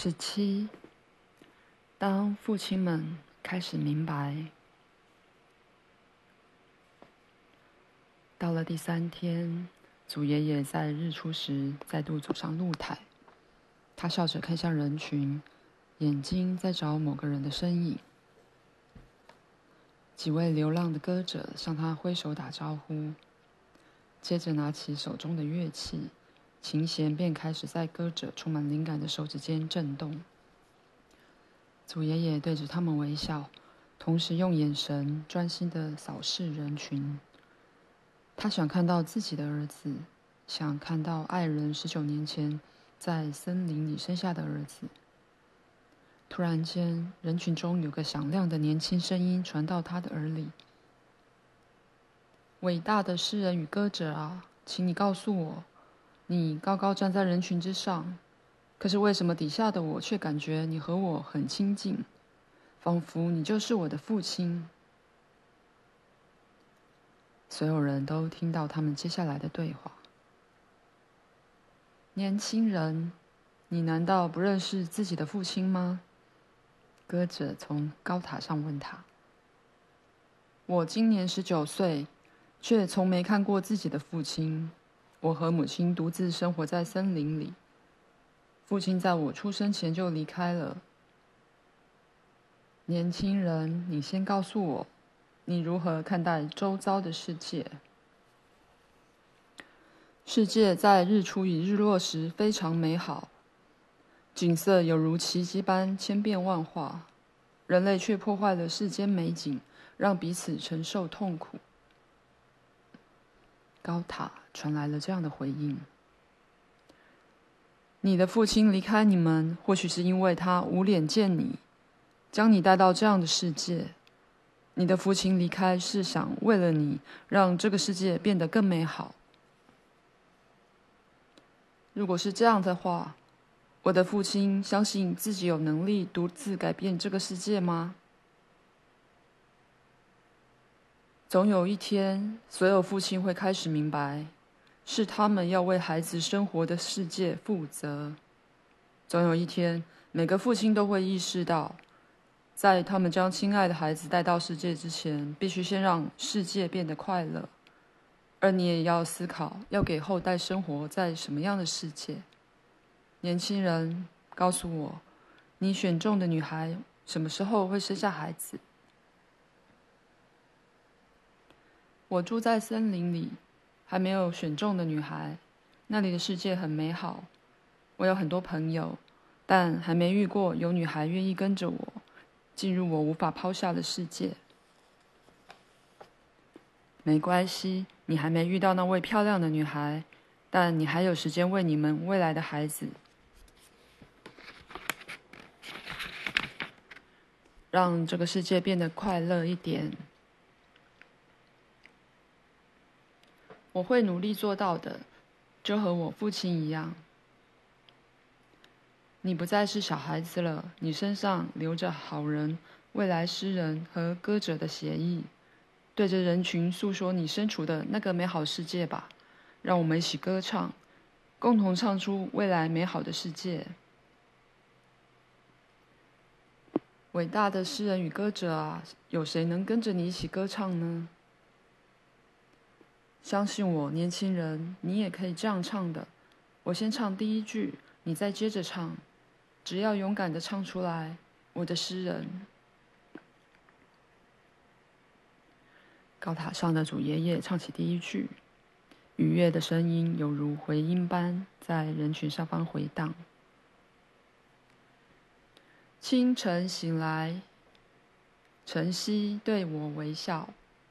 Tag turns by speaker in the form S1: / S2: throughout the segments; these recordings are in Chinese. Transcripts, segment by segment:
S1: 17，当父亲们开始明白。到了第3天，祖爷爷在日出时再度走上露台，他笑着看向人群，眼睛在找某个人的身影。几位流浪的歌者向他挥手打招呼，接着拿起手中的乐器，琴弦便开始在歌者充满灵感的手指间震动。祖爷爷对着他们微笑，同时用眼神专心地扫视人群。他想看到自己的儿子，想看到爱人19年前在森林里生下的儿子。突然间，人群中有个响亮的年轻声音传到他的耳里：“伟大的诗人与歌者啊，请你告诉我，你高高站在人群之上，可是为什么底下的我却感觉你和我很亲近，仿佛你就是我的父亲？”所有人都听到他们接下来的对话。年轻人，你难道不认识自己的父亲吗？歌者从高塔上问他。我今年19岁，却从没看过自己的父亲。我和母亲独自生活在森林里，父亲在我出生前就离开了。年轻人，你先告诉我，你如何看待周遭的世界？世界在日出与日落时非常美好，景色有如奇迹般千变万化，人类却破坏了世间美景，让彼此承受痛苦。高塔传来了这样的回应：你的父亲离开你们，或许是因为他无脸见你，将你带到这样的世界。你的父亲离开是想为了你，让这个世界变得更美好。如果是这样的话，我的父亲相信自己有能力独自改变这个世界吗？总有一天，所有父亲会开始明白，是他们要为孩子生活的世界负责。总有一天，每个父亲都会意识到，在他们将亲爱的孩子带到世界之前，必须先让世界变得快乐。而你也要思考，要给后代生活在什么样的世界。年轻人，告诉我，你选中的女孩什么时候会生下孩子？我住在森林里，还没有选中的女孩。那里的世界很美好，我有很多朋友，但还没遇过有女孩愿意跟着我进入我无法抛下的世界。没关系，你还没遇到那位漂亮的女孩，但你还有时间为你们未来的孩子，让这个世界变得快乐一点。我会努力做到的，就和我父亲一样。你不再是小孩子了，你身上流着好人、未来诗人和歌者的血液，对着人群诉说你身处的那个美好世界吧。让我们一起歌唱，共同唱出未来美好的世界。伟大的诗人与歌者啊，有谁能跟着你一起歌唱呢？相信我，年轻人，你也可以这样唱的。我先唱第1句，你再接着唱，只要勇敢地唱出来，我的诗人。高塔上的祖爷爷唱起第1句，愉悦的声音犹如回音般在人群上方回荡。清晨醒来，晨曦对我微笑。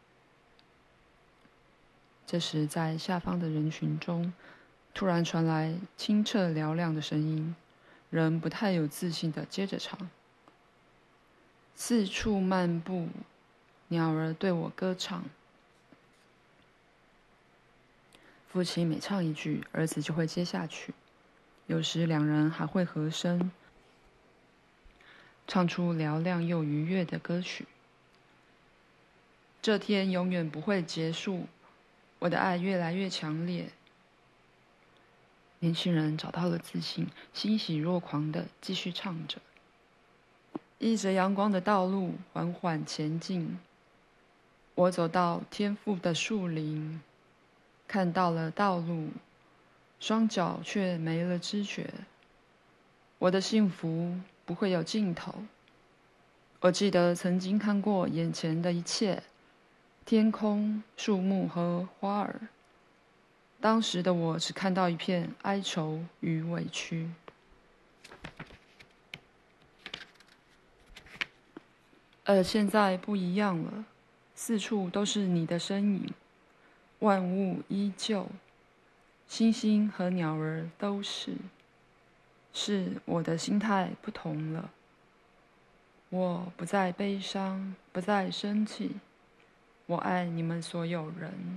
S1: 这时，在下方的人群中，突然传来清澈嘹亮的声音，人不太有自信地接着唱：四处漫步，鸟儿对我歌唱。父亲每唱一句，儿子就会接下去，有时两人还会和声，唱出嘹亮又愉悦的歌曲。这天永远不会结束，我的爱越来越强烈。 年轻人找到了自信，欣喜若狂地继续唱着。依着阳光的道路缓缓前进，我走到天父的树林，看到了道路，双脚却没了知觉。我的幸福不会有尽头。我记得曾经看过眼前的一切，天空、树木和花儿。当时的我只看到一片哀愁与委屈。而现在不一样了，四处都是你的身影，万物依旧，星星和鸟儿都是。是我的心态不同了，我不再悲伤，不再生气，我爱你们所有人。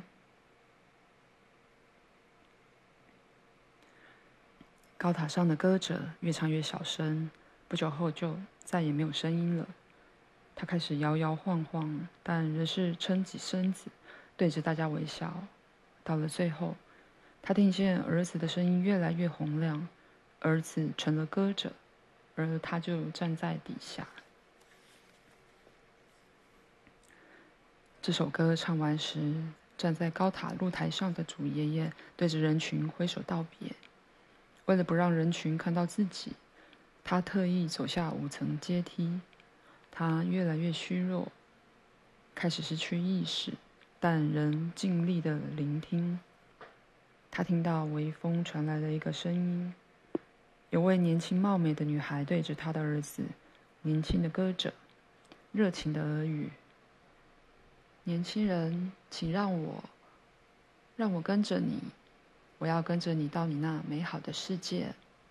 S1: 高塔上的歌者越唱越小声，不久后就再也没有声音了。他开始摇摇晃晃，但仍是撑起身子，对着大家微笑。到了最后，他听见儿子的声音越来越洪亮，儿子成了歌者，而他就站在底下。这首歌唱完时，站在高塔露台上的主爷爷对着人群挥手道别。为了不让人群看到自己，他特意走下5层阶梯。他越来越虚弱，开始失去意识，但仍尽力地聆听。他听到微风传来了一个声音，有位年轻貌美的女孩对着他的儿子，年轻的歌者，热情的耳语：“年轻人，请让我跟着你，我要跟着你到你那美好的世界。”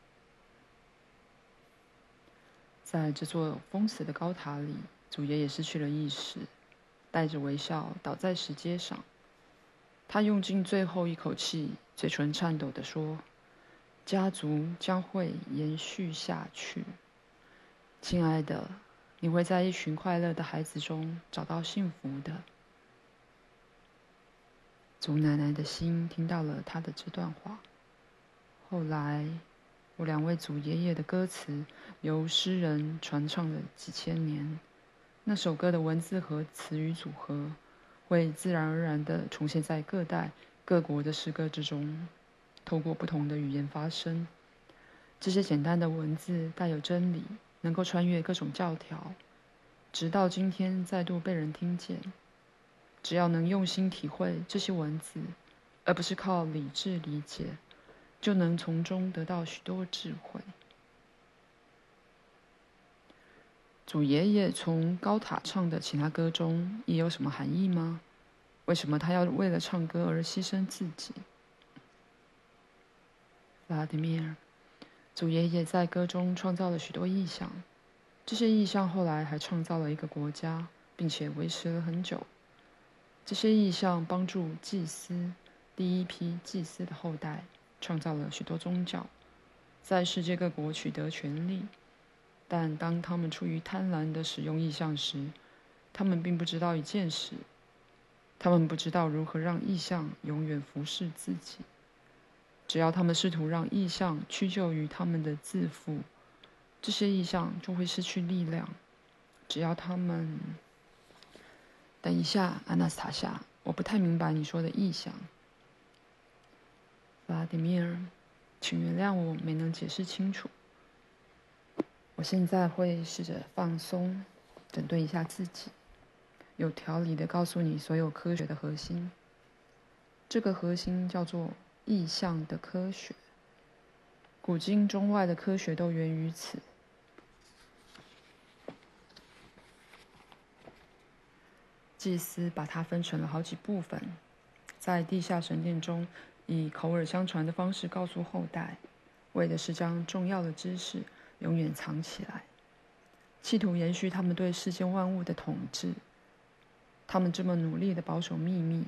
S1: 在这座封死的高塔里，主爷爷失去了意识，带着微笑倒在石阶上。他用尽最后一口气，嘴唇颤抖地说：“家族将会延续下去。亲爱的，你会在一群快乐的孩子中找到幸福的。”祖奶奶的心听到了他的这段话。后来，我2位祖爷爷的歌词由诗人传唱了几千年，那首歌的文字和词语组合会自然而然地重现在各代各国的诗歌之中，透过不同的语言发声。这些简单的文字带有真理，能够穿越各种教条，直到今天再度被人听见。只要能用心体会这些文字，而不是靠理智理解，就能从中得到许多智慧。祖爷爷从高塔唱的其他歌中也有什么含义吗？为什么他要为了唱歌而牺牲自己？弗拉迪米尔，祖爷爷在歌中创造了许多意象，这些意象后来还创造了一个国家，并且维持了很久。这些意象帮助祭司，第一批祭司的后代，创造了许多宗教，在世界各国取得权力。但当他们出于贪婪地使用意象时，他们并不知道一件事：他们不知道如何让意象永远服侍自己。只要他们试图让意象屈就于他们的自负，这些意象就会失去力量。只要他们……等一下，安娜斯塔夏，我不太明白你说的意象。弗拉迪米尔，请原谅我没能解释清楚。我现在会试着放松，整顿一下自己，有条理地告诉你所有科学的核心。这个核心叫做意象的科学，古今中外的科学都源于此。祭司把它分成了好几部分，在地下神殿中以口耳相传的方式告诉后代，为的是将重要的知识永远藏起来，企图延续他们对世间万物的统治。他们这么努力地保守秘密，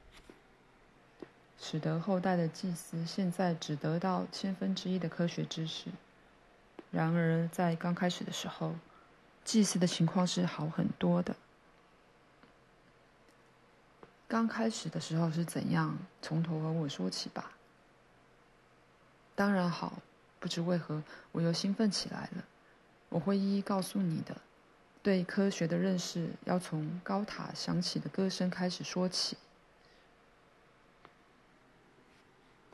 S1: 使得后代的祭司现在只得到1/1000的科学知识。然而在刚开始的时候，祭司的情况是好很多的。刚开始的时候是怎样？从头和我说起吧。 当然好，不知为何我又兴奋起来了。我会一一告诉你的。对科学的认识要从高塔响起的歌声开始说起。